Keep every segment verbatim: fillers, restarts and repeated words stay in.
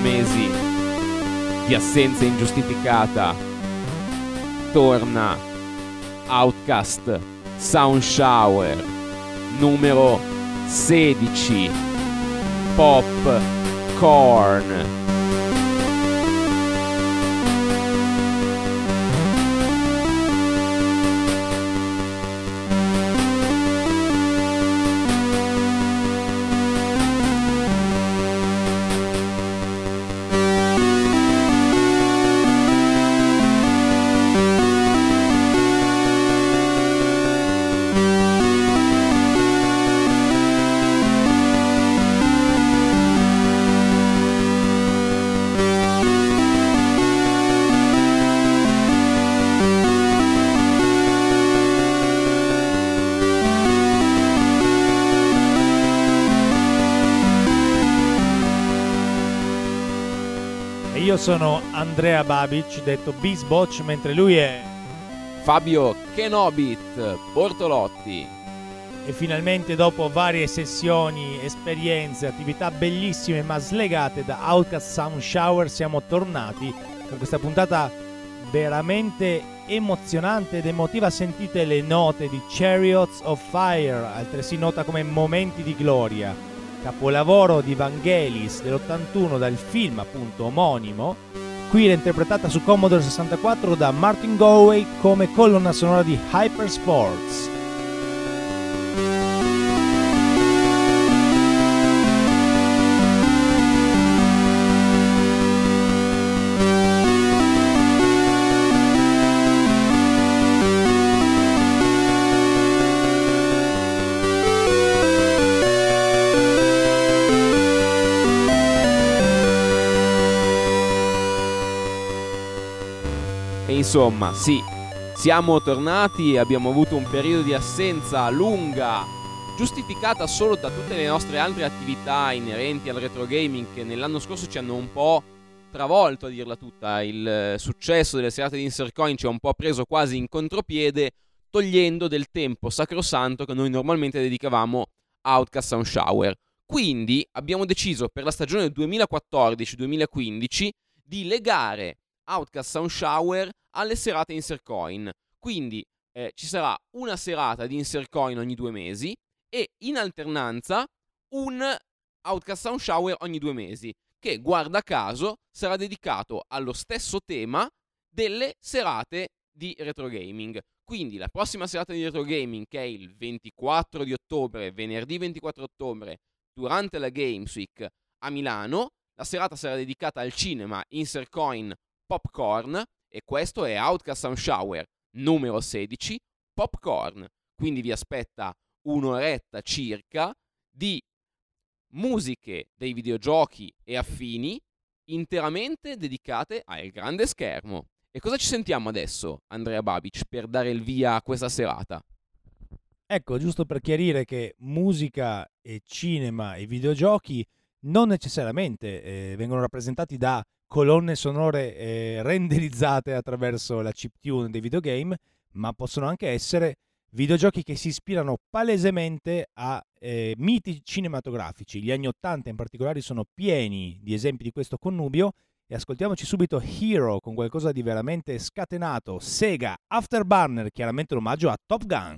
mesi di assenza ingiustificata torna Outcast Sound Shower numero sedici, Popcorn. Io sono Andrea Babic, detto Bisbocci, mentre lui è Fabio Kenobit Bortolotti. E finalmente, dopo varie sessioni, esperienze, attività bellissime ma slegate da Outcast Sound Shower, siamo tornati con questa puntata veramente emozionante ed emotiva. Sentite le note di Chariots of Fire, altresì nota come Momenti di Gloria, capolavoro di Vangelis dell'ottantuno dal film appunto omonimo, qui reinterpretata su Commodore sessantaquattro da Martin Galway come colonna sonora di Hyper Sports. Insomma, sì, siamo tornati e abbiamo avuto un periodo di assenza lunga, giustificata solo da tutte le nostre altre attività inerenti al retro gaming che nell'anno scorso ci hanno un po' travolto, a dirla tutta. Il successo delle serate di Insert Coin ci ha un po' preso quasi in contropiede, togliendo del tempo sacrosanto che noi normalmente dedicavamo a Outcast Sound Shower. Quindi abbiamo deciso per la stagione duemilaquattordici duemilaquindici di legare Outcast Sound Shower alle serate Insert Coin. Quindi eh, ci sarà una serata di Insert Coin ogni due mesi e in alternanza un Outcast Sound Shower ogni due mesi, che guarda caso sarà dedicato allo stesso tema delle serate di retro gaming. Quindi la prossima serata di retro gaming, che è il ventiquattro di ottobre, venerdì ventiquattro ottobre, durante la Games Week a Milano, la serata sarà dedicata al cinema Insert Coin Popcorn, e questo è Outcast Sound Shower numero sedici, Popcorn. Quindi vi aspetta un'oretta circa di musiche dei videogiochi e affini interamente dedicate al grande schermo. E cosa ci sentiamo adesso, Andrea Babic, per dare il via a questa serata? Ecco, giusto per chiarire che musica e cinema e videogiochi non necessariamente eh, vengono rappresentati da colonne sonore eh, renderizzate attraverso la chiptune dei videogame, ma possono anche essere videogiochi che si ispirano palesemente a eh, miti cinematografici. Gli anni ottanta in particolare sono pieni di esempi di questo connubio, e ascoltiamoci subito Hero con qualcosa di veramente scatenato. Sega Afterburner, chiaramente un omaggio a Top Gun.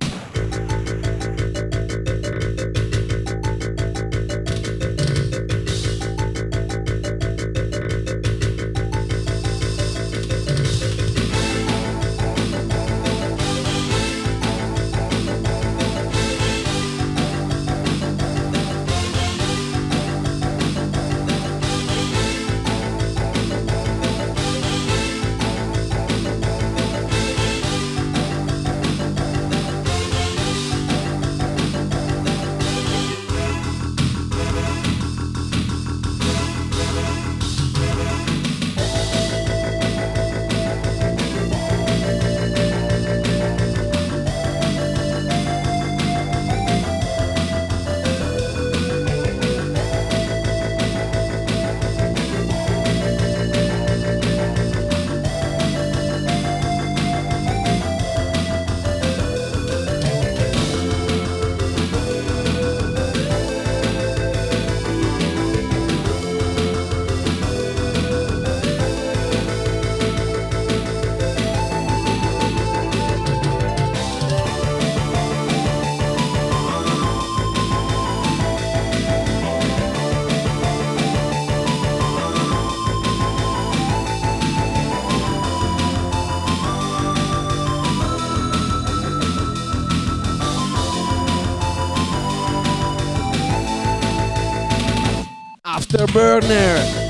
mister Burner.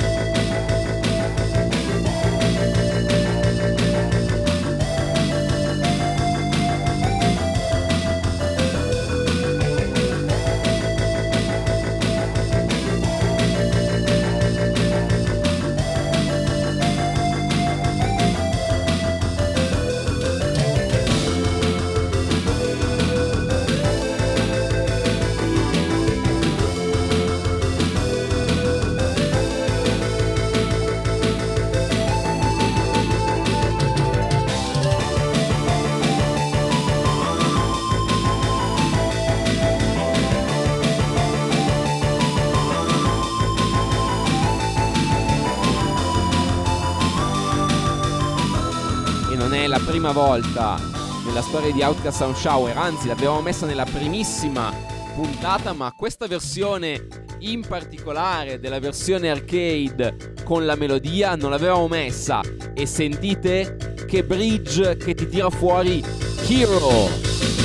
La prima volta nella storia di Outcast Sound Shower, anzi l'abbiamo messa nella primissima puntata, ma questa versione in particolare della versione arcade con la melodia non l'avevamo messa, e sentite che bridge che ti tira fuori Hero.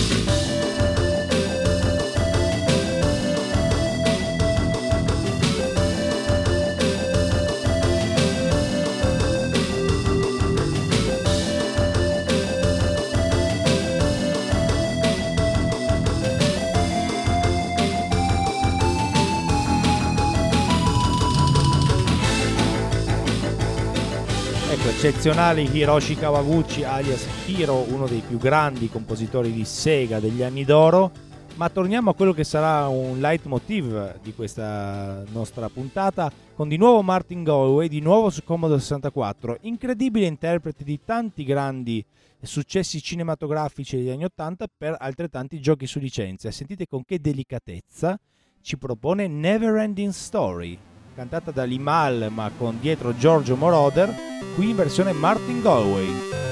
Eccezionale Hiroshi Kawaguchi alias Hiro, uno dei più grandi compositori di Sega degli anni d'oro. Ma torniamo a quello che sarà un leitmotiv di questa nostra puntata, con di nuovo Martin Galway, di nuovo su Commodore sessantaquattro, incredibile interprete di tanti grandi successi cinematografici degli anni ottanta per altrettanti giochi su licenza. Sentite con che delicatezza ci propone Never Ending Story, cantata da Limahl ma con dietro Giorgio Moroder, qui in versione Martin Galway.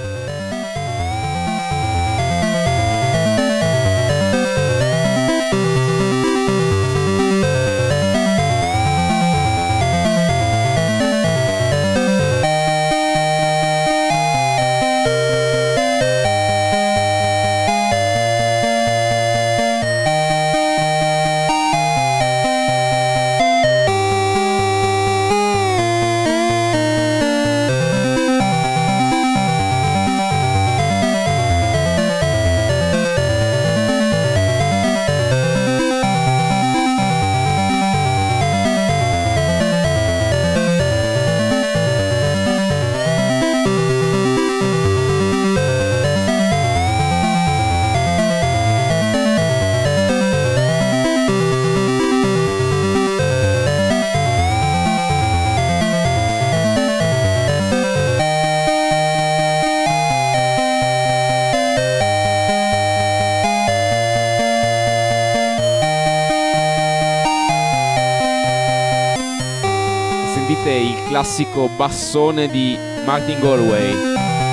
Il classico bassone di Martin Galway.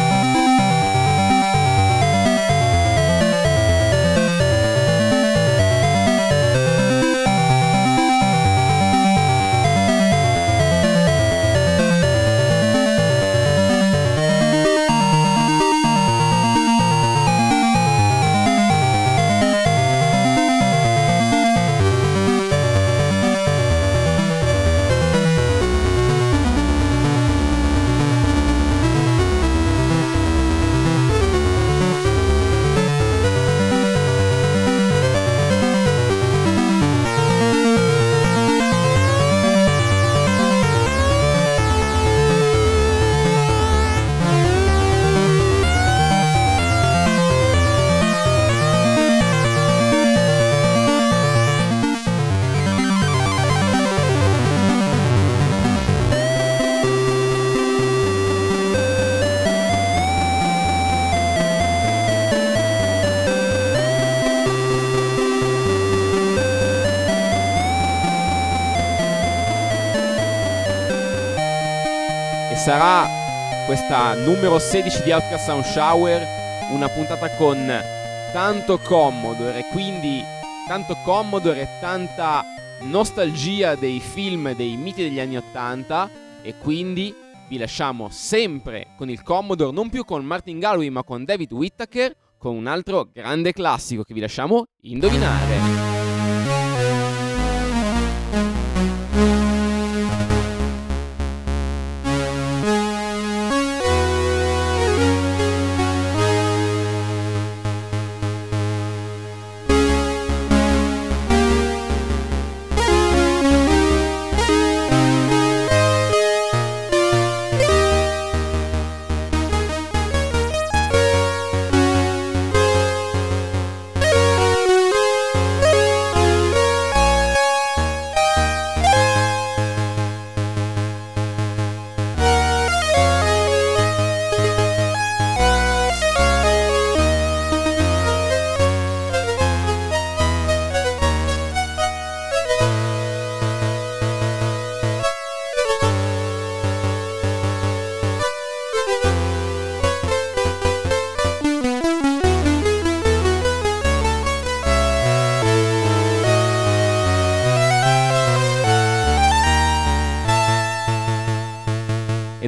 Sarà questa numero sedici di Outcast Sound Shower una puntata con tanto Commodore, e quindi tanto Commodore e tanta nostalgia dei film, dei miti degli anni ottanta, e quindi vi lasciamo sempre con il Commodore, non più con Martin Galway ma con David Whittaker, con un altro grande classico che vi lasciamo indovinare.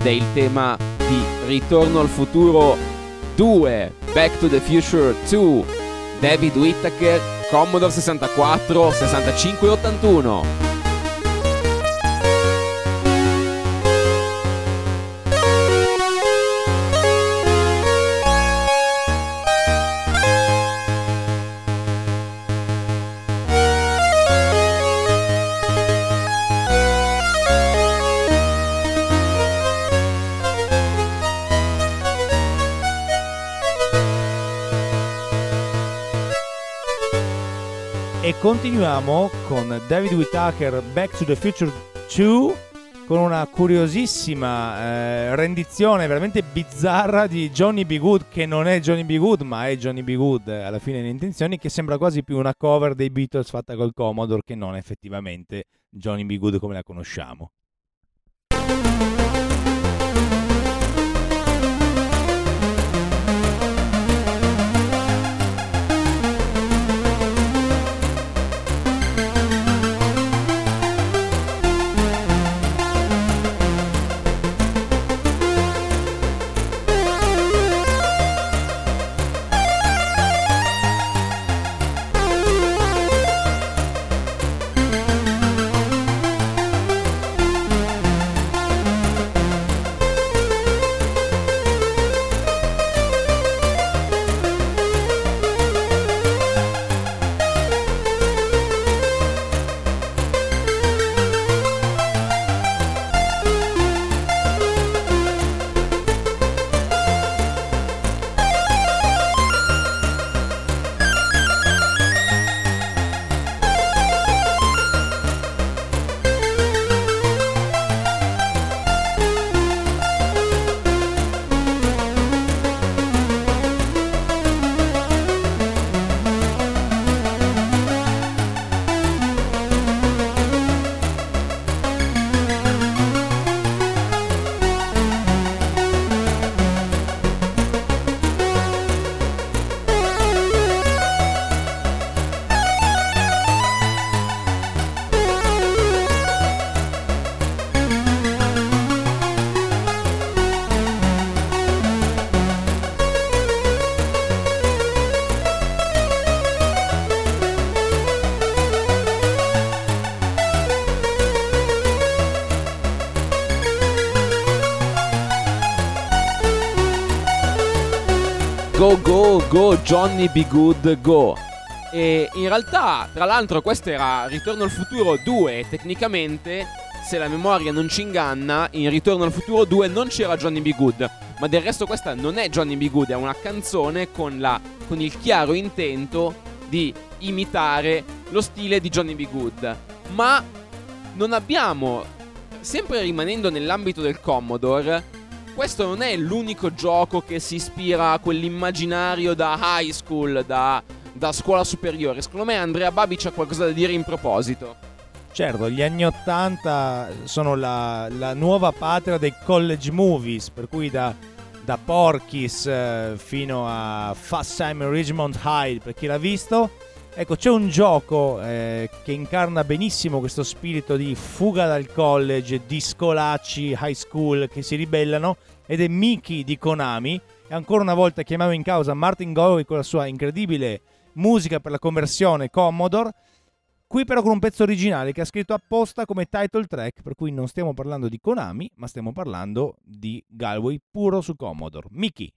ed è il tema di Ritorno al futuro due, Back to the Future due, David Whittaker, Commodore sessantaquattro, sessantacinque e ottantuno. E continuiamo con David Whittaker, Back to the Future due, con una curiosissima eh, rendizione veramente bizzarra di Johnny B. Good, che non è Johnny B. Good ma è Johnny B. Good alla fine delle intenzioni, che sembra quasi più una cover dei Beatles fatta col Commodore che non effettivamente Johnny B. Good come la conosciamo. Go go go Johnny B. Good go. E in realtà, tra l'altro, questo era Ritorno al futuro due e tecnicamente, se la memoria non ci inganna, in Ritorno al futuro due non c'era Johnny B. Good, ma del resto questa non è Johnny B. Good, è una canzone con, la, con il chiaro intento di imitare lo stile di Johnny B. Good. Ma non abbiamo, sempre rimanendo nell'ambito del Commodore, questo non è l'unico gioco che si ispira a quell'immaginario da high school, da, da scuola superiore. Secondo me Andrea Babic ha qualcosa da dire in proposito. Certo, gli anni ottanta sono la, la nuova patria dei college movies, per cui da, da Porky's eh, fino a Fast Time in Ridgemont High, per chi l'ha visto. Ecco, c'è un gioco eh, che incarna benissimo questo spirito di fuga dal college, di scolacci high school che si ribellano, ed è Mickey di Konami. E ancora una volta chiamiamo in causa Martin Galway con la sua incredibile musica per la conversione Commodore, qui però con un pezzo originale che ha scritto apposta come title track, per cui non stiamo parlando di Konami, ma stiamo parlando di Galway puro su Commodore. Mickey.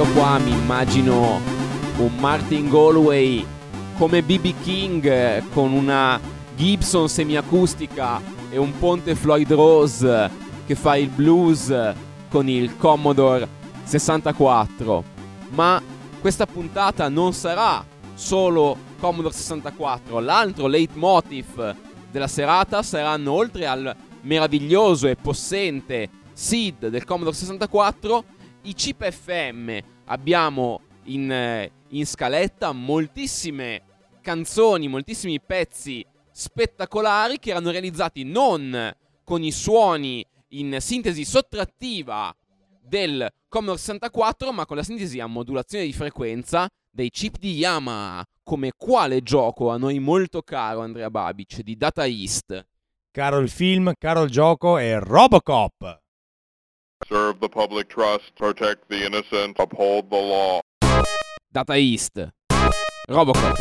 qua mi immagino un Martin Galway come B B King con una Gibson semiacustica e un Ponte Floyd Rose che fa il blues con il Commodore sessantaquattro. Ma questa puntata non sarà solo Commodore sessantaquattro, l'altro leitmotiv della serata saranno, oltre al meraviglioso e possente S I D del Commodore sessantaquattro, i chip F M. Abbiamo in, in scaletta moltissime canzoni, moltissimi pezzi spettacolari che erano realizzati non con i suoni in sintesi sottrattiva del Commodore sessantaquattro, ma con la sintesi a modulazione di frequenza dei chip di Yamaha. Come quale gioco a noi molto caro, Andrea Babic, di Data East? Caro il film, caro il gioco, è Robocop. Serve the public trust, protect the innocent, uphold the law. Data East, Robocop.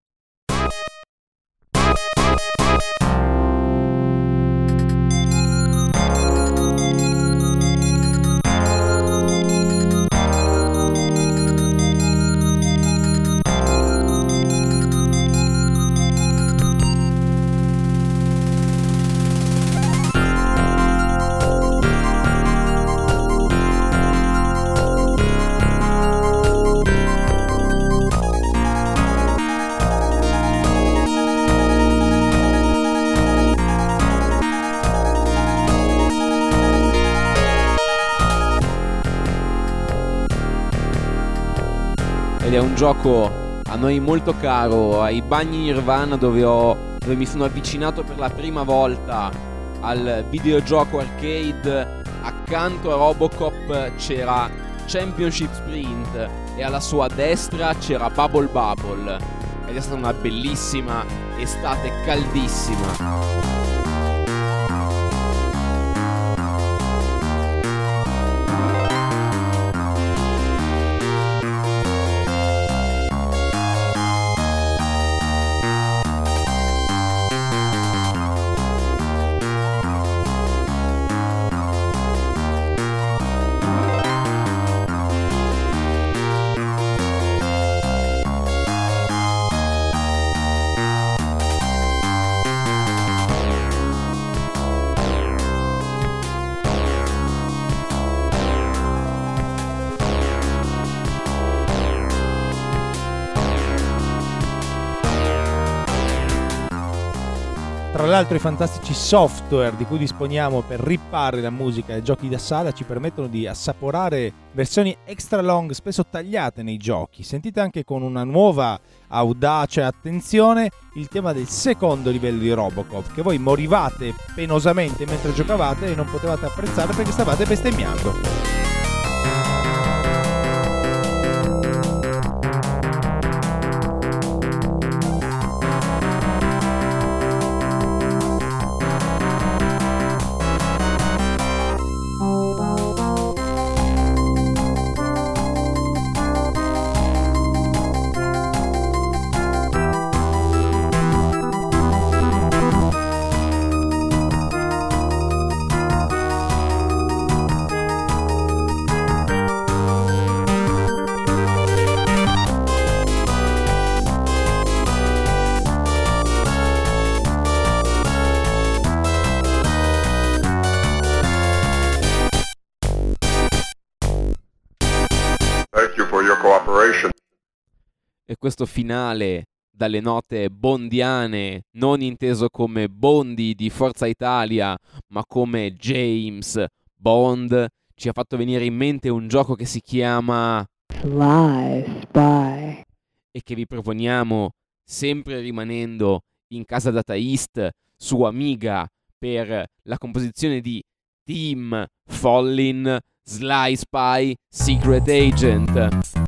Ed è un gioco a noi molto caro, ai bagni Nirvana, dove, ho, dove mi sono avvicinato per la prima volta al videogioco arcade. Accanto a Robocop c'era Championship Sprint e alla sua destra c'era Bubble Bubble. Ed è stata una bellissima estate caldissima. Tra l'altro i fantastici software di cui disponiamo per rippare la musica e giochi da sala ci permettono di assaporare versioni extra long, spesso tagliate nei giochi. Sentite anche con una nuova audace attenzione il tema del secondo livello di Robocop, che voi morivate penosamente mentre giocavate e non potevate apprezzare perché stavate bestemmiando. E questo finale dalle note bondiane, non inteso come Bondi di Forza Italia, ma come James Bond, ci ha fatto venire in mente un gioco che si chiama Fly Spy e che vi proponiamo, sempre rimanendo in casa Data East, su Amiga, per la composizione di Team Follin Sly Spy Secret Agent.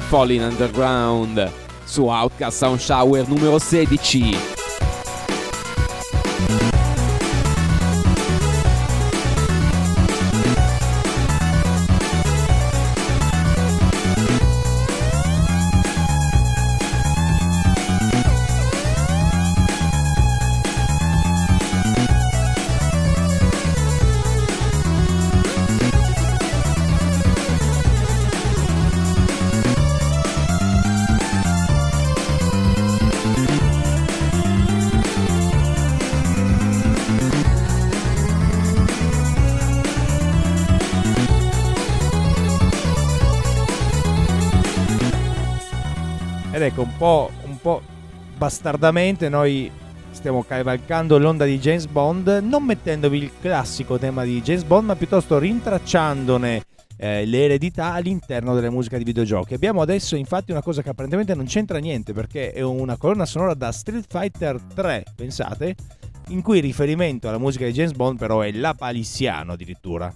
Falling Underground su Outcast Sound Shower numero sedici. Ed ecco, un po', un po' bastardamente noi stiamo cavalcando l'onda di James Bond, non mettendovi il classico tema di James Bond, ma piuttosto rintracciandone eh, le eredità all'interno della musica di videogiochi. Abbiamo adesso infatti una cosa che apparentemente non c'entra niente, perché è una colonna sonora da Street Fighter tre, pensate, in cui il riferimento alla musica di James Bond però è la Palissiano addirittura.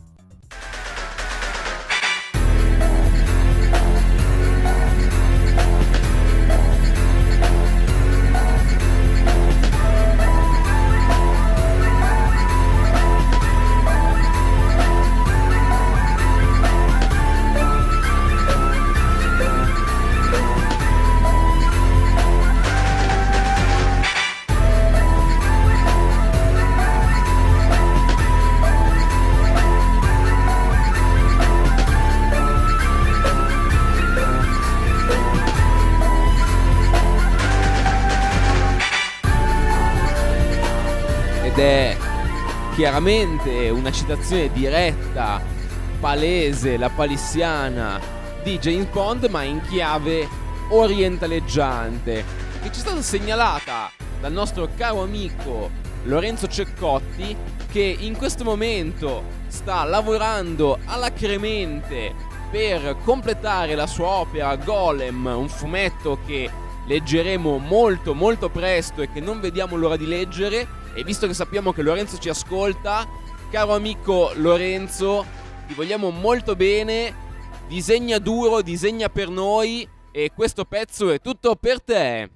Ed è chiaramente una citazione diretta, palese, la palissiana di James Bond, ma in chiave orientaleggiante, che ci è stata segnalata dal nostro caro amico Lorenzo Ceccotti, che in questo momento sta lavorando alacremente per completare la sua opera Golem, un fumetto che leggeremo molto molto presto e che non vediamo l'ora di leggere. E visto che sappiamo che Lorenzo ci ascolta, caro amico Lorenzo, ti vogliamo molto bene, disegna duro, disegna per noi, e questo pezzo è tutto per te.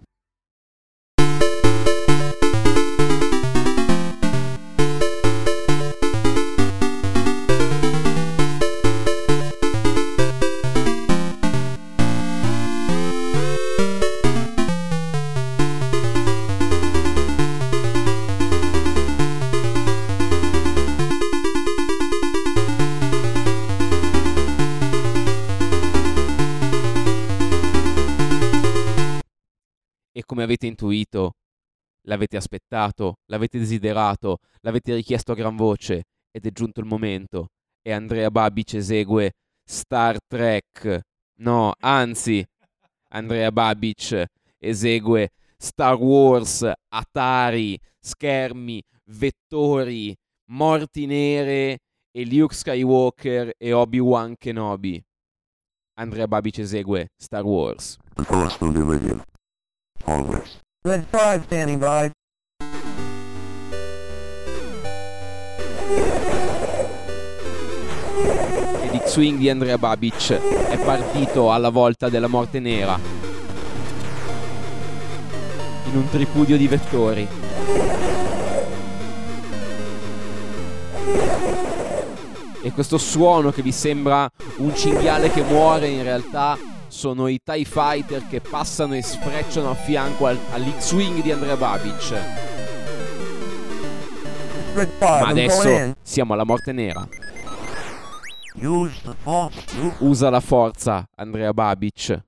E come avete intuito, l'avete aspettato, l'avete desiderato, l'avete richiesto a gran voce, ed è giunto il momento. E Andrea Babic esegue Star Trek. No, anzi, Andrea Babic esegue Star Wars, Atari, schermi, vettori, morti nere e Luke Skywalker e Obi-Wan Kenobi. Andrea Babic esegue Star Wars. Always. Red five standing by. Ed X-Wing di Andrea Babic è partito alla volta della morte nera in un tripudio di vettori. E questo suono che vi sembra un cinghiale che muore, in realtà sono i TIE Fighter che passano e sfrecciano a fianco al, all'X-Wing di Andrea Babic. Ma adesso siamo alla morte nera. Usa la forza, Andrea Babic.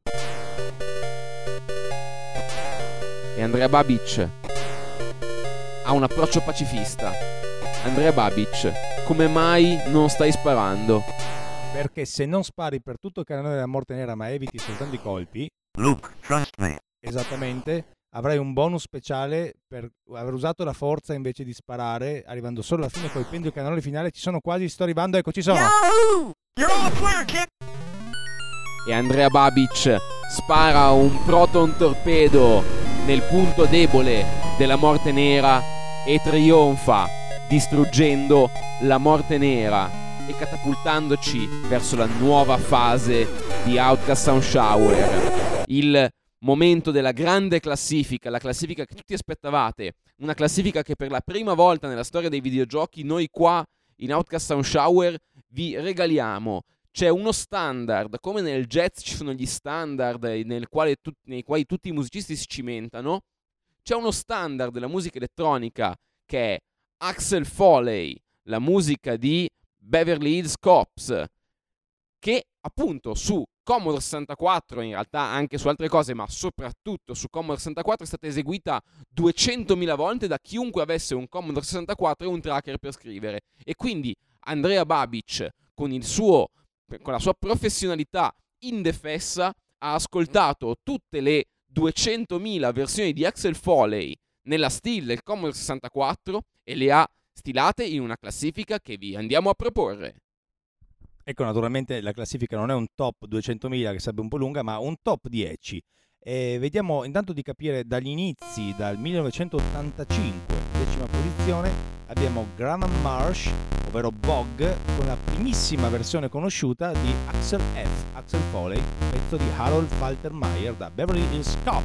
E Andrea Babic ha un approccio pacifista. Andrea Babic, come mai non stai sparando? Perché se non spari per tutto il canale della morte nera ma eviti soltanto i colpi, Luke, trust me. Esattamente, avrai un bonus speciale per aver usato la forza invece di sparare, arrivando solo alla fine, colpendo il canale finale. Ci sono quasi, sto arrivando, ecco, ci sono. E Andrea Babic spara un proton torpedo nel punto debole della morte nera e trionfa, distruggendo la morte nera e catapultandoci verso la nuova fase di Outcast Sound Shower, il momento della grande classifica, la classifica che tutti aspettavate, una classifica che per la prima volta nella storia dei videogiochi noi qua in Outcast Sound Shower vi regaliamo. C'è uno standard, come nel jazz ci sono gli standard nel quale tu, nei quali tutti i musicisti si cimentano, c'è uno standard della musica elettronica che è Axel Foley, la musica di Beverly Hills Cops, che appunto su Commodore sessantaquattro, in realtà anche su altre cose, ma soprattutto su Commodore sessantaquattro è stata eseguita duecentomila volte da chiunque avesse un Commodore sessantaquattro e un tracker per scrivere. E quindi Andrea Babic, con il suo, con la sua professionalità indefessa, ha ascoltato tutte le duecentomila versioni di Axel Foley nella stile del Commodore sessantaquattro e le ha stilate in una classifica che vi andiamo a proporre. Ecco, naturalmente la classifica non è un top duecentomila, che sarebbe un po' lunga, ma un top dieci. E vediamo intanto di capire dagli inizi, dal millenovecentottantacinque, decima posizione, abbiamo Graham Marsh, ovvero Bog, con la primissima versione conosciuta di Axel F, Axel Foley, pezzo di Harold Faltermeyer da Beverly Hills Cop.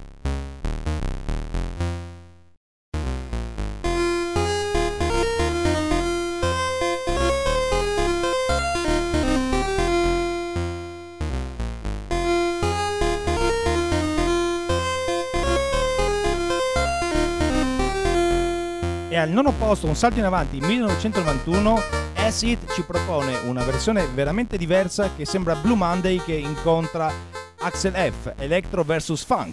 E al nono posto, un salto in avanti, millenovecentonovantuno, Acid ci propone una versione veramente diversa che sembra Blue Monday che incontra Axel F, Electro versus Funk.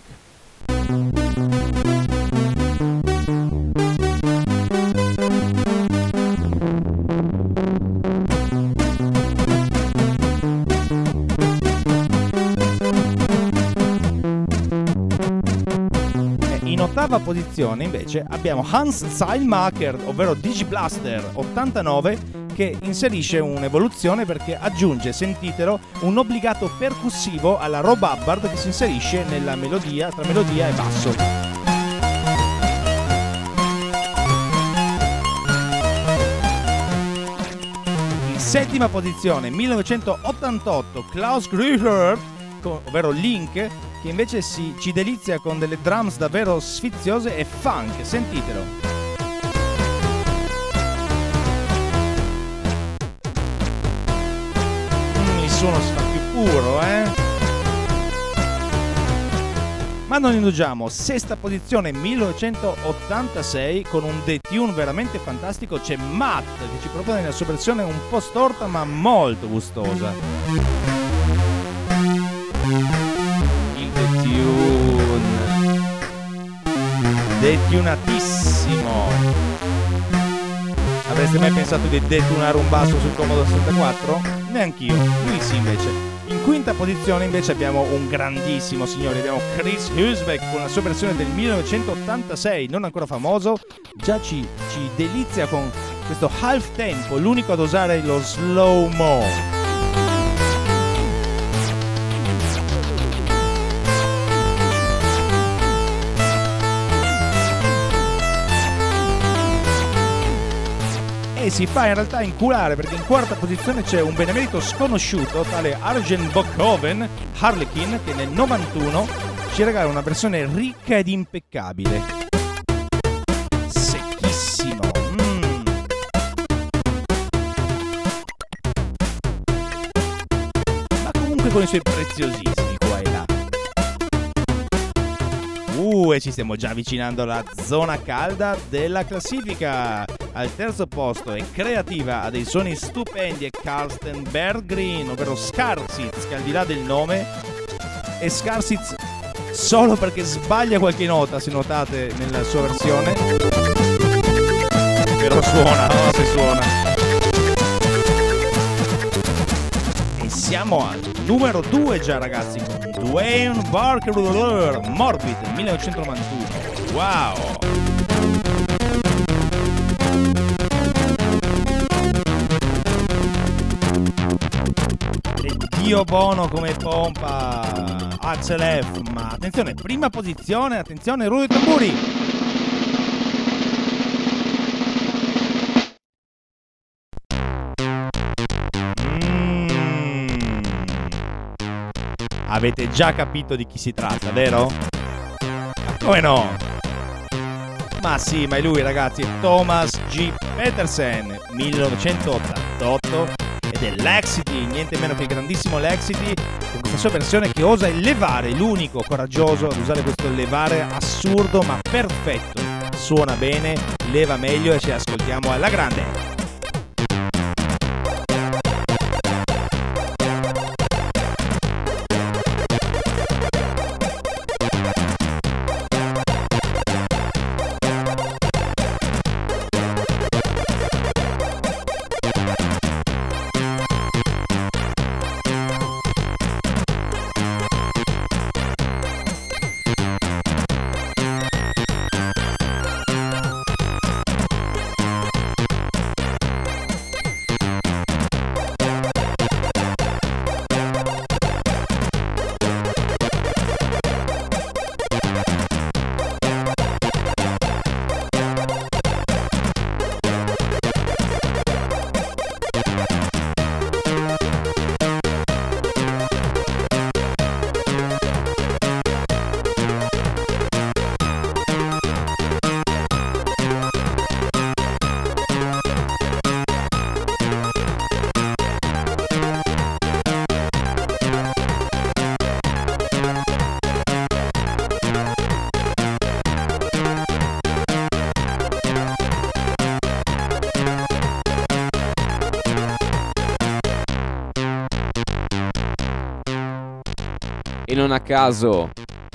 Ottava posizione invece abbiamo Hans Zeilmacher, ovvero Digiblaster ottantanove, che inserisce un'evoluzione perché aggiunge, sentitelo, un obbligato percussivo alla Rob Hubbard che si inserisce nella melodia, tra melodia e basso. In settima posizione millenovecentottantotto Klaus Grüter, ovvero Link, che invece si, ci delizia con delle drums davvero sfiziose e funk, sentitelo. Mm, il suono si fa più puro, eh? Ma non indugiamo, sesta posizione millenovecentottantasei, con un detune veramente fantastico, c'è Matt che ci propone la sua versione un po' storta ma molto gustosa. Detunatissimo. Avreste mai pensato di detunare un basso sul Commodore sessantaquattro? Neanch'io, lui sì invece. In quinta posizione invece abbiamo un grandissimo signore, abbiamo Chris Husbeck con la sua versione del millenovecentottantasei, non ancora famoso, già ci, ci delizia con questo half tempo, l'unico ad usare lo slow-mo. E si fa in realtà inculare perché in quarta posizione c'è un benemerito sconosciuto, tale Arjen Bokhoven, Harlequin, che nel novantuno ci regala una versione ricca ed impeccabile. Secchissimo. Mm. Ma comunque con i suoi preziosissimi qua e là. Uh, e ci stiamo già avvicinando alla zona calda della classifica. Al terzo posto è creativa, ha dei suoni stupendi, è Carsten Berggren, ovvero Skarsitz, che al di là del nome è Skarsitz solo perché sbaglia qualche nota, se notate nella sua versione. Però suona, no? Se suona. E siamo al numero due già, ragazzi, con Dwayne Barker, Morbid, millenovecentonovantuno. Wow! Dio buono come pompa Axel F, ma attenzione, prima posizione, attenzione, rullo di tamburi. avete già capito di chi si tratta, vero? Come no? Ma sì, ma è lui, ragazzi, Thomas G. Petersen, millenovecentottantotto, ed è Laxity, niente meno che il grandissimo Laxity, con questa sua versione che osa elevare, l'unico coraggioso ad usare questo elevare assurdo ma perfetto. Suona bene, leva meglio e ci ascoltiamo alla grande. E non a caso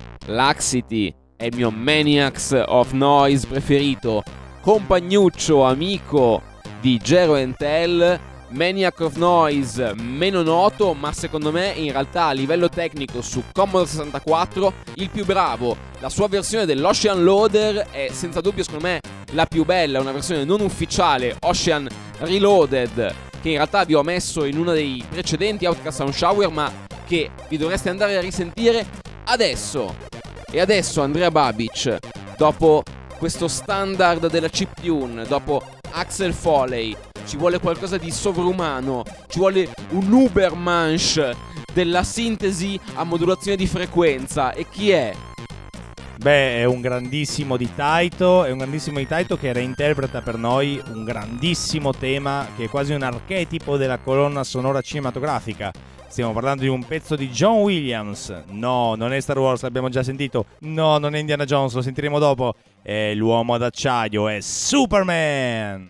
Laxity è il mio Maniacs of Noise preferito, compagnuccio, amico di Jero and Tell. Maniac of Noise meno noto, ma secondo me in realtà a livello tecnico su Commodore sessantaquattro il più bravo. La sua versione dell'Ocean Loader è senza dubbio secondo me la più bella, una versione non ufficiale, Ocean Reloaded, che in realtà vi ho messo in uno dei precedenti Outcast Sound Shower, ma che vi dovreste andare a risentire adesso. E adesso Andrea Babic, dopo questo standard della chiptune, dopo Axel Foley, ci vuole qualcosa di sovrumano, ci vuole un Ubermensch della sintesi a modulazione di frequenza. E chi è? Beh, è un grandissimo di Taito, è un grandissimo di Taito che reinterpreta per noi un grandissimo tema che è quasi un archetipo della colonna sonora cinematografica. Stiamo parlando di un pezzo di John Williams. No, non è Star Wars, l'abbiamo già sentito. No, non è Indiana Jones, lo sentiremo dopo. È l'uomo ad acciaio, è Superman.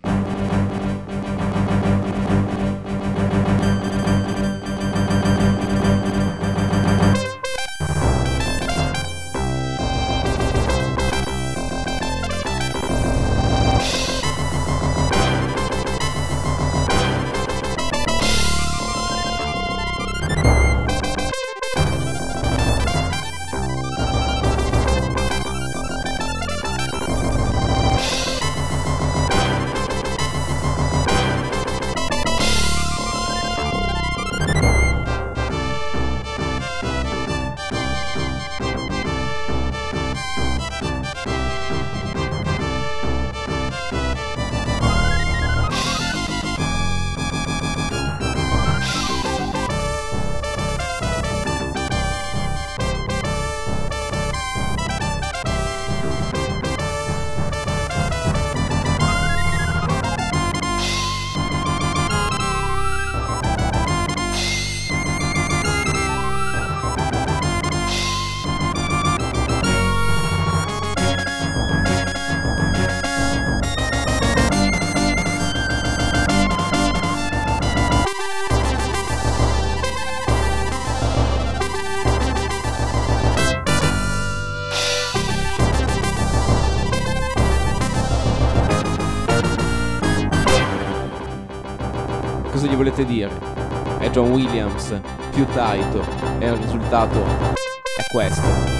Cosa gli volete dire? È John Williams più Taito e il risultato è questo.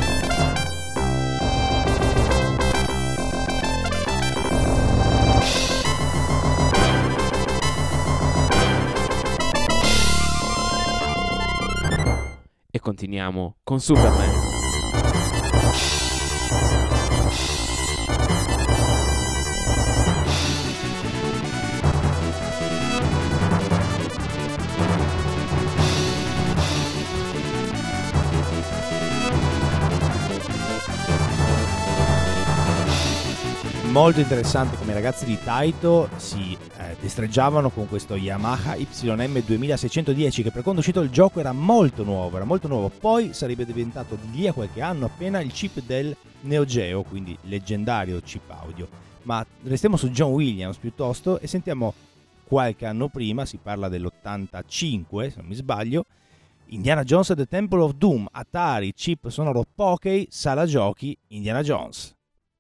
E continuiamo con Superman. molto interessante come i ragazzi di Taito si eh, destreggiavano con questo Yamaha Y M duemilaseicentodieci, che per quando è uscito il gioco era molto nuovo, era molto nuovo, poi sarebbe diventato di lì a qualche anno appena il chip del Neo Geo, quindi leggendario chip audio. Ma restiamo su John Williams piuttosto e sentiamo qualche anno prima, si parla dell'ottantacinque se non mi sbaglio, Indiana Jones and the Temple of Doom, Atari, chip sonoro Poké, sala giochi, Indiana Jones.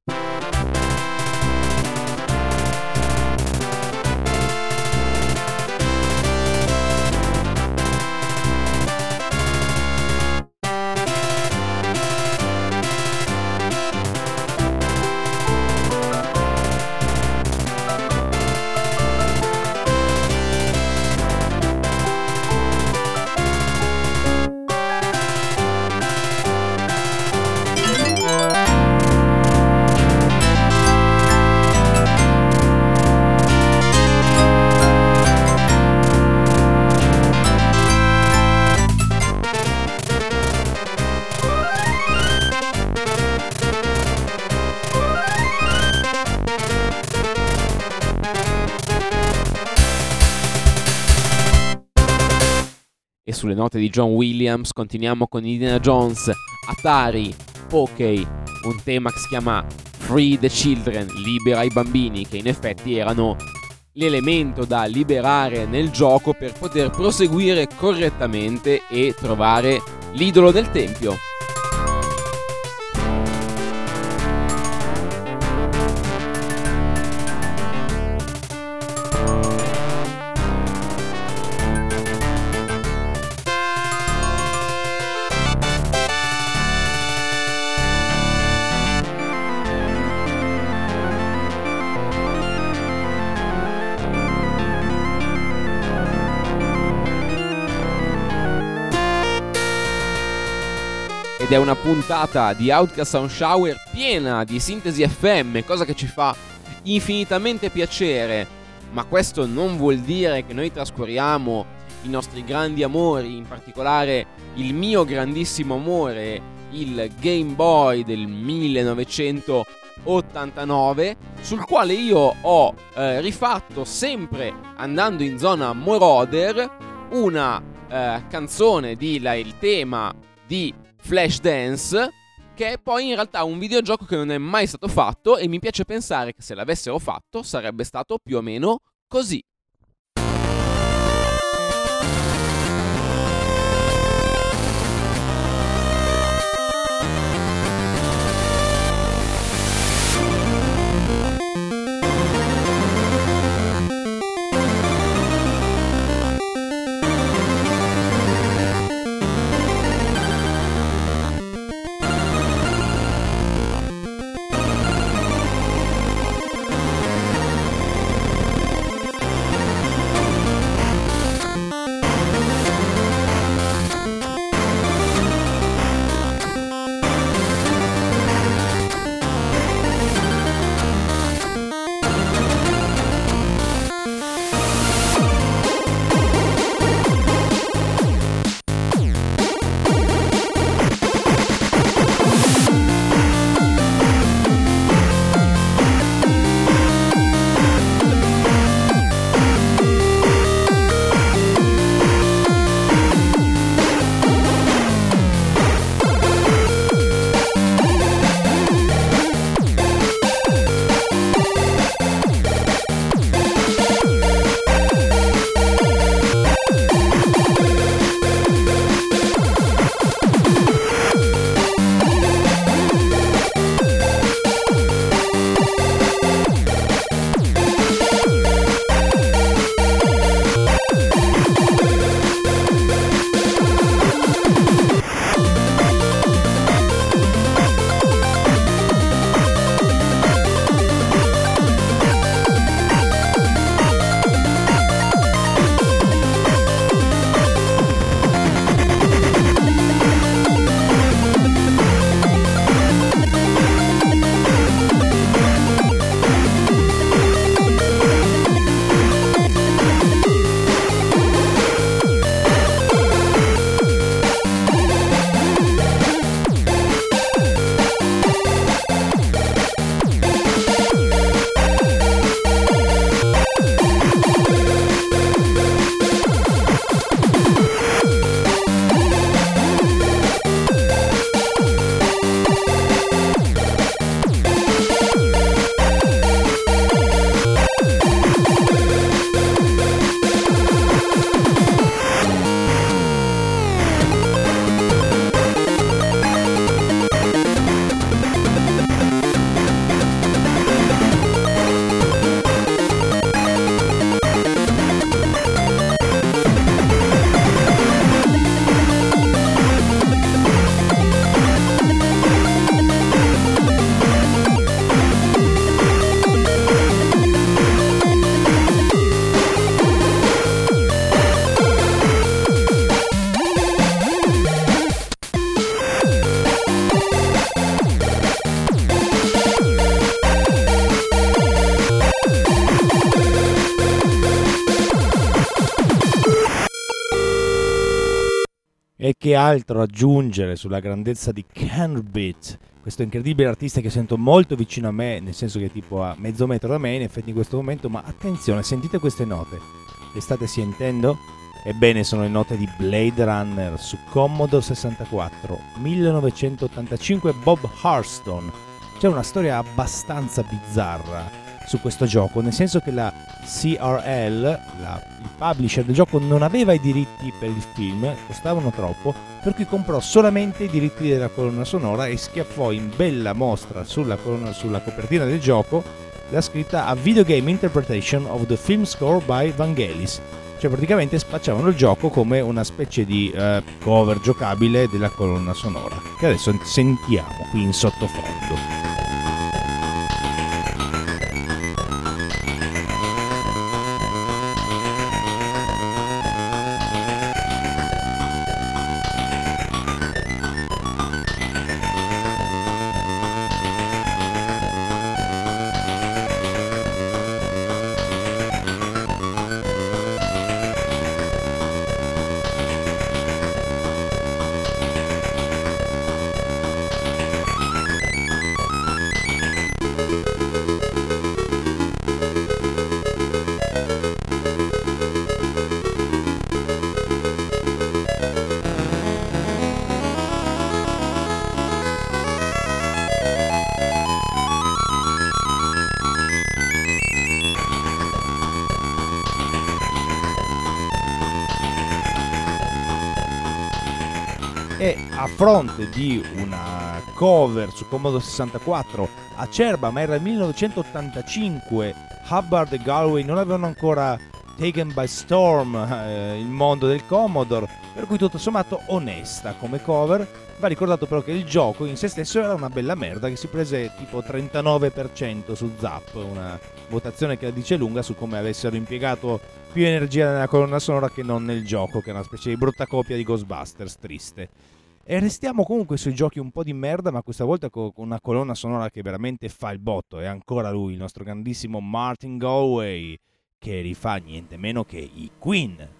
E sulle note di John Williams continuiamo con Indiana Jones, Atari, Poké, un tema che si chiama Free the Children, libera i bambini, che in effetti erano l'elemento da liberare nel gioco per poter proseguire correttamente e trovare l'idolo del tempio. Ed è una puntata di Outcast Sound Shower piena di sintesi F M, cosa che ci fa infinitamente piacere, ma questo non vuol dire che noi trascuriamo i nostri grandi amori, in particolare il mio grandissimo amore, il Game Boy del millenovecentottantanove, sul quale io ho eh, rifatto, sempre andando in zona Moroder, una eh, canzone di la, il tema di Flashdance, che è poi in realtà un videogioco che non è mai stato fatto, e mi piace pensare che se l'avessero fatto sarebbe stato più o meno così. qualche altro aggiungere sulla grandezza di Cannabit, questo incredibile artista che sento molto vicino a me, nel senso che è tipo a mezzo metro da me in effetti in questo momento, ma attenzione, sentite queste note, le state sentendo? Ebbene, sono le note di Blade Runner su Commodore sessantaquattro, millenovecentottantacinque, Bob Harstone. C'è una storia abbastanza bizzarra su questo gioco, nel senso che la C R L, la, il publisher del gioco, non aveva i diritti per il film, costavano troppo, per cui comprò solamente i diritti della colonna sonora e schiaffò in bella mostra sulla, colonna, sulla copertina del gioco la scritta A Video Game Interpretation of the Film Score by Vangelis. Cioè praticamente spacciavano il gioco come una specie di uh, cover giocabile della colonna sonora, che adesso sentiamo qui in sottofondo. E a fronte di una cover su Commodore sessantaquattro acerba, ma era il millenovecentottantacinque, Hubbard e Galway non avevano ancora taken by storm eh, il mondo del Commodore, per cui tutto sommato onesta come cover. Va ricordato però che il gioco in se stesso era una bella merda, che si prese tipo trentanove per cento su Zap, una votazione che la dice lunga su come avessero impiegato più energia nella colonna sonora che non nel gioco, che è una specie di brutta copia di Ghostbusters, triste. E restiamo comunque sui giochi un po' di merda, ma questa volta con una colonna sonora che veramente fa il botto. È ancora lui, il nostro grandissimo Martin Galway, che rifà niente meno che i Queen.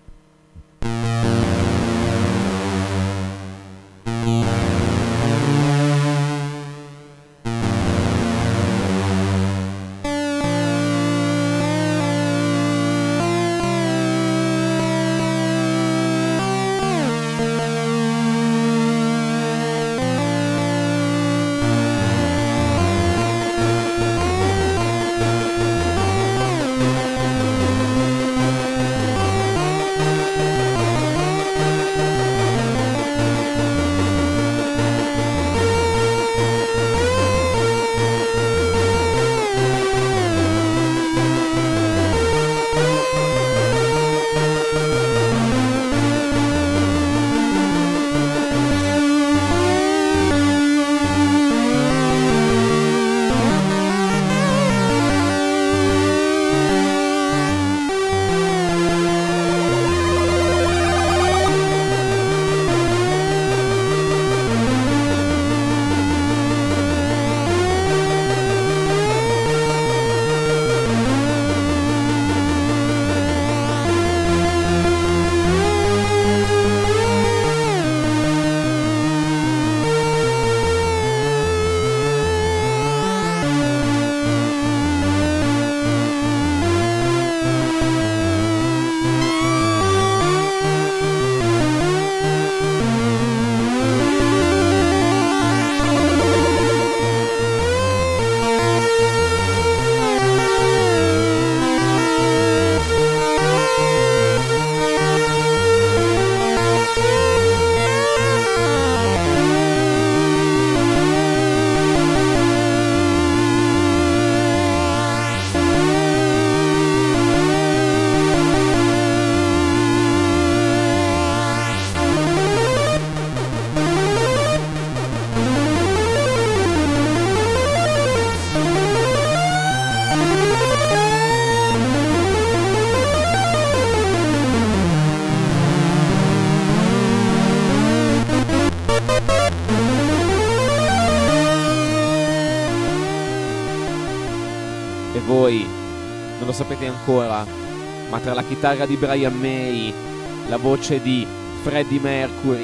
Voi non lo sapete ancora, ma tra la chitarra di Brian May, la voce di Freddie Mercury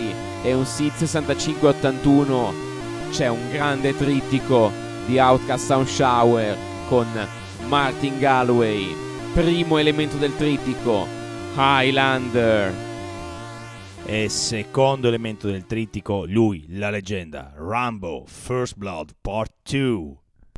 e un S I D sessantacinque ottantuno c'è un grande trittico di Outcast Sound Shower con Martin Galway, primo elemento del trittico, Highlander. E secondo elemento del trittico, lui, la leggenda, Rambo First Blood Part due.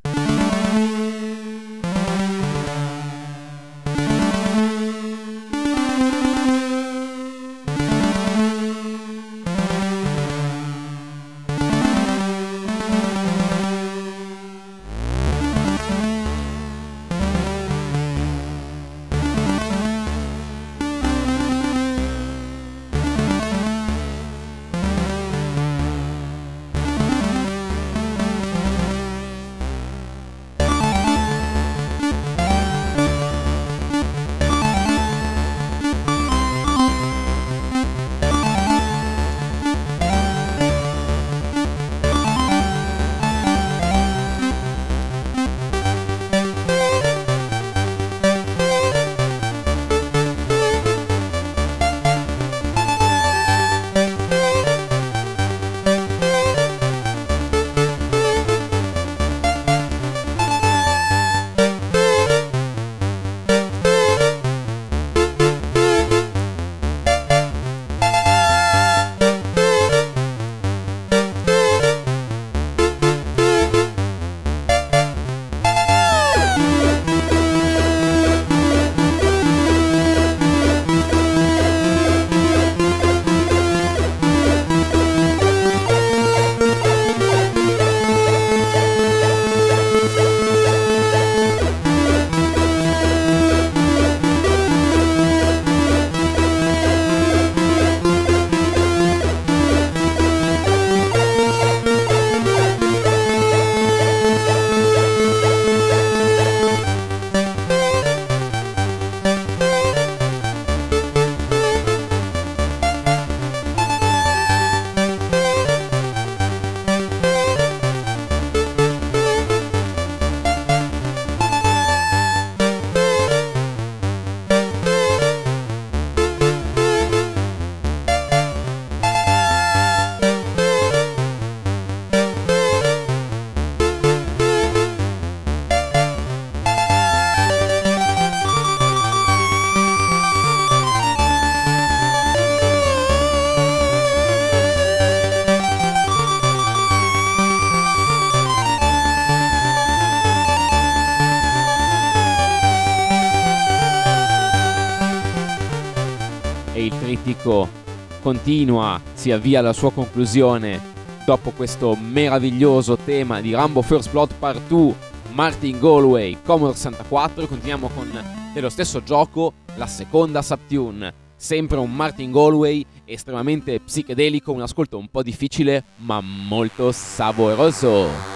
trittico continua, si avvia alla sua conclusione dopo questo meraviglioso tema di Rambo First Blood Part due, Martin Galway, Commodore sessantaquattro. Continuiamo con dello stesso gioco la seconda subtune, sempre un Martin Galway estremamente psichedelico, un ascolto un po' difficile ma molto savoroso.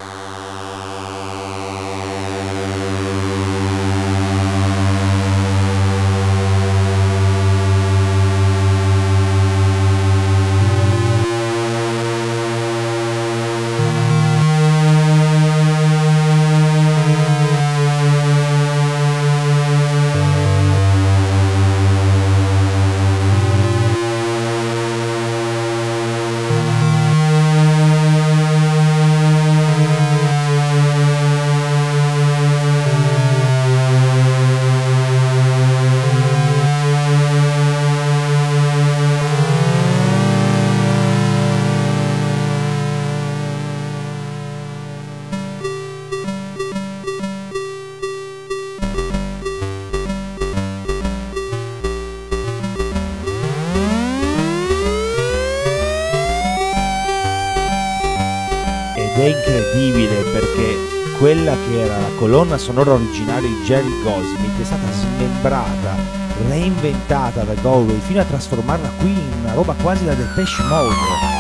È incredibile perché quella che era la colonna sonora originaria di Jerry Goldsmith è stata smembrata, reinventata da Galway fino a trasformarla qui in una roba quasi da Depeche Mode.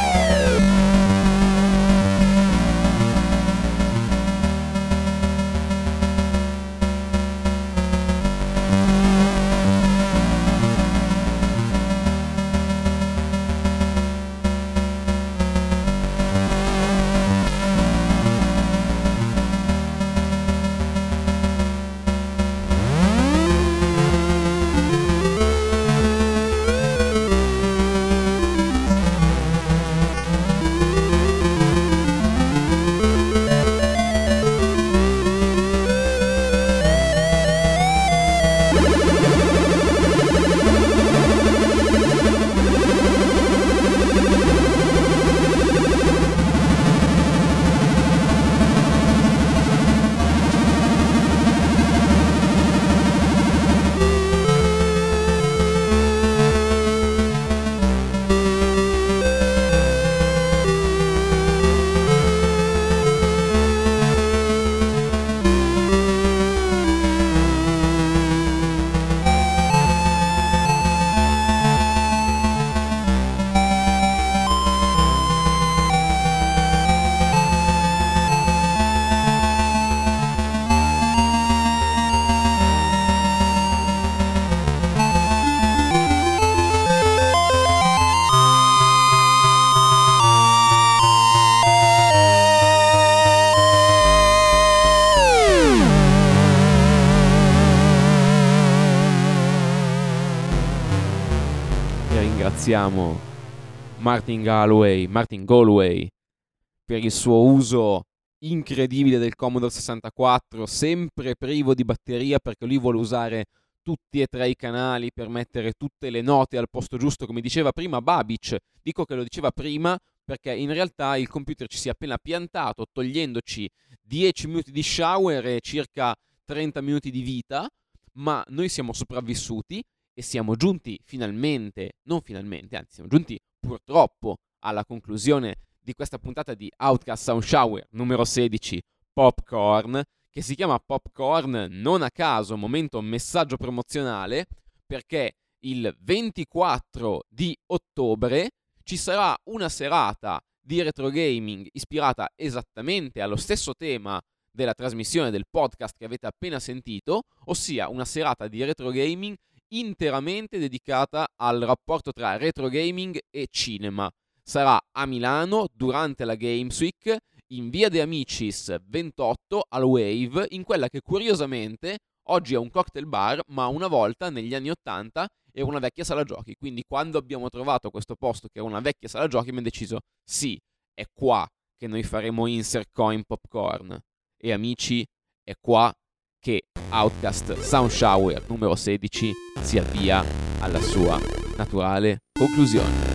ringraziamo Martin Galway, Martin Galway per il suo uso incredibile del Commodore sessantaquattro, sempre privo di batteria perché lui vuole usare tutti e tre i canali per mettere tutte le note al posto giusto, come diceva prima Babic. Dico che lo diceva prima perché in realtà il computer ci si è appena piantato, togliendoci dieci minuti di shower e circa trenta minuti di vita, ma noi siamo sopravvissuti e siamo giunti finalmente, non finalmente, anzi siamo giunti purtroppo alla conclusione di questa puntata di Outcast Sound Shower numero sedici, Popcorn, che si chiama Popcorn non a caso, momento messaggio promozionale, perché il ventiquattro di ottobre ci sarà una serata di retro gaming ispirata esattamente allo stesso tema della trasmissione del podcast che avete appena sentito, ossia una serata di retro gaming interamente dedicata al rapporto tra retro gaming e cinema. Sarà a Milano durante la Games Week in via De Amicis ventotto al Wave, in quella che curiosamente oggi è un cocktail bar, ma una volta negli anni ottanta era una vecchia sala giochi. Quindi quando abbiamo trovato questo posto che era una vecchia sala giochi abbiamo deciso sì, è qua che noi faremo Insert Coin Popcorn. E amici, è qua che Outcast Sound Shower numero sedici si avvia alla sua naturale conclusione.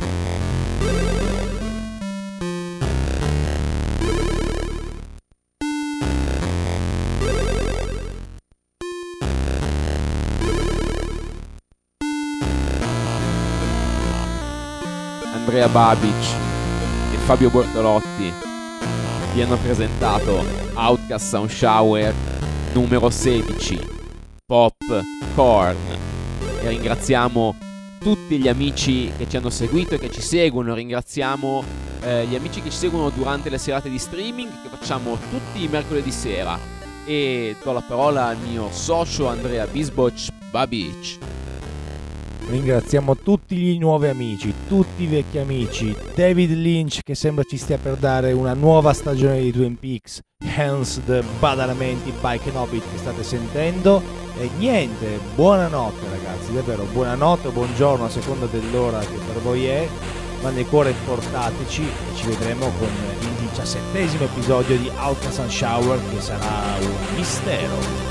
Andrea Babic e Fabio Bortolotti vi hanno presentato Outcast Sound Shower numero sedici, Popcorn, e ringraziamo tutti gli amici che ci hanno seguito e che ci seguono. Ringraziamo eh, gli amici che ci seguono durante le serate di streaming che facciamo tutti i mercoledì sera, e do la parola al mio socio Andrea Bisboc Babic. Ringraziamo tutti gli nuovi amici, tutti i vecchi amici, David Lynch che sembra ci stia per dare una nuova stagione di Twin Peaks, hence the badalamenti by Kenobit che state sentendo. E niente, buonanotte ragazzi, davvero buonanotte o buongiorno a seconda dell'ora che per voi è, ma nel cuore portateci e ci vedremo con il diciassettesimo episodio di Outcast Sound Shower, che sarà un mistero.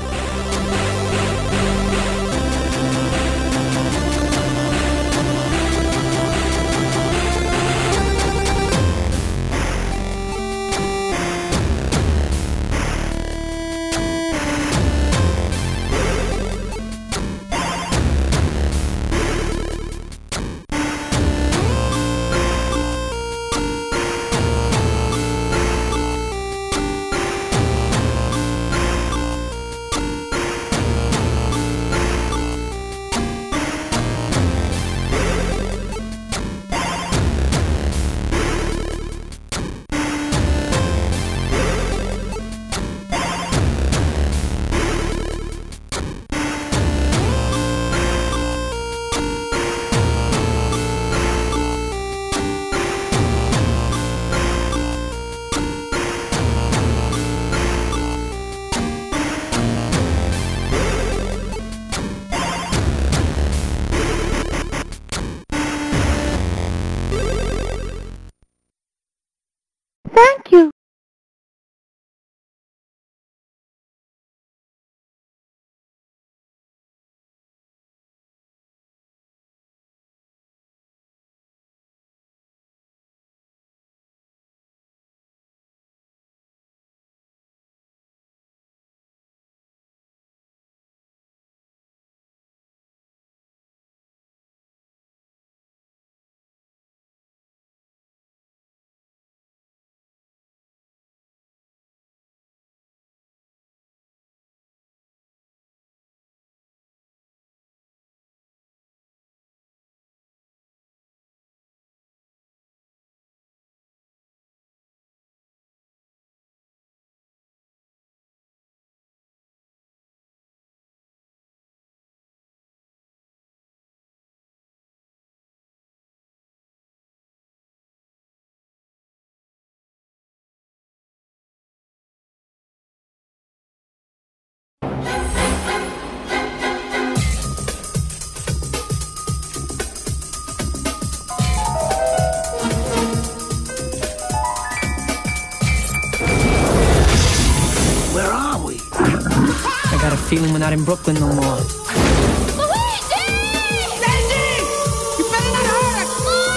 got a feeling we're not in Brooklyn no more. Luigi! Luigi! You better not hurt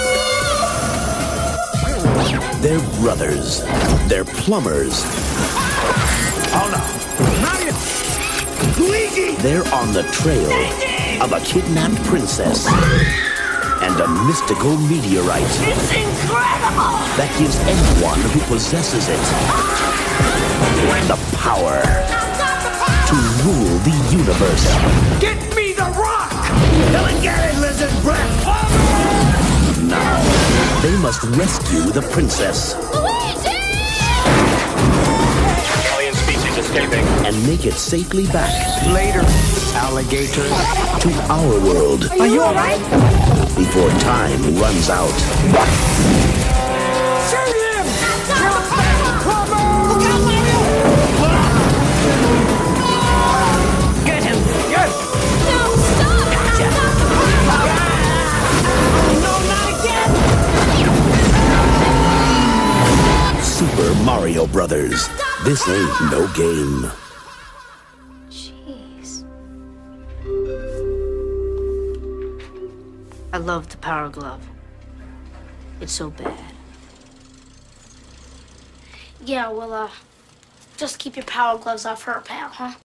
us! They're brothers. They're plumbers. Oh no! Mario! Luigi! They're on the trail Luigi! of a kidnapped princess and a mystical meteorite. It's incredible! That gives anyone who possesses it the power to rule the universe. Get me the rock! Come and get it, lizard breath! Now, they must rescue the princess. Luigi! Alien species escaping. And make it safely back. Later, alligator. To our world. Are you alright? Before time runs out. Shoot him! Look out, Mario! Get him! Yes! No, stop! Stop! No, not again! Super Mario Brothers. This ain't no game. Jeez. I love the Power Glove. It's so bad. Yeah, well, uh, just keep your power gloves off her, pal, huh?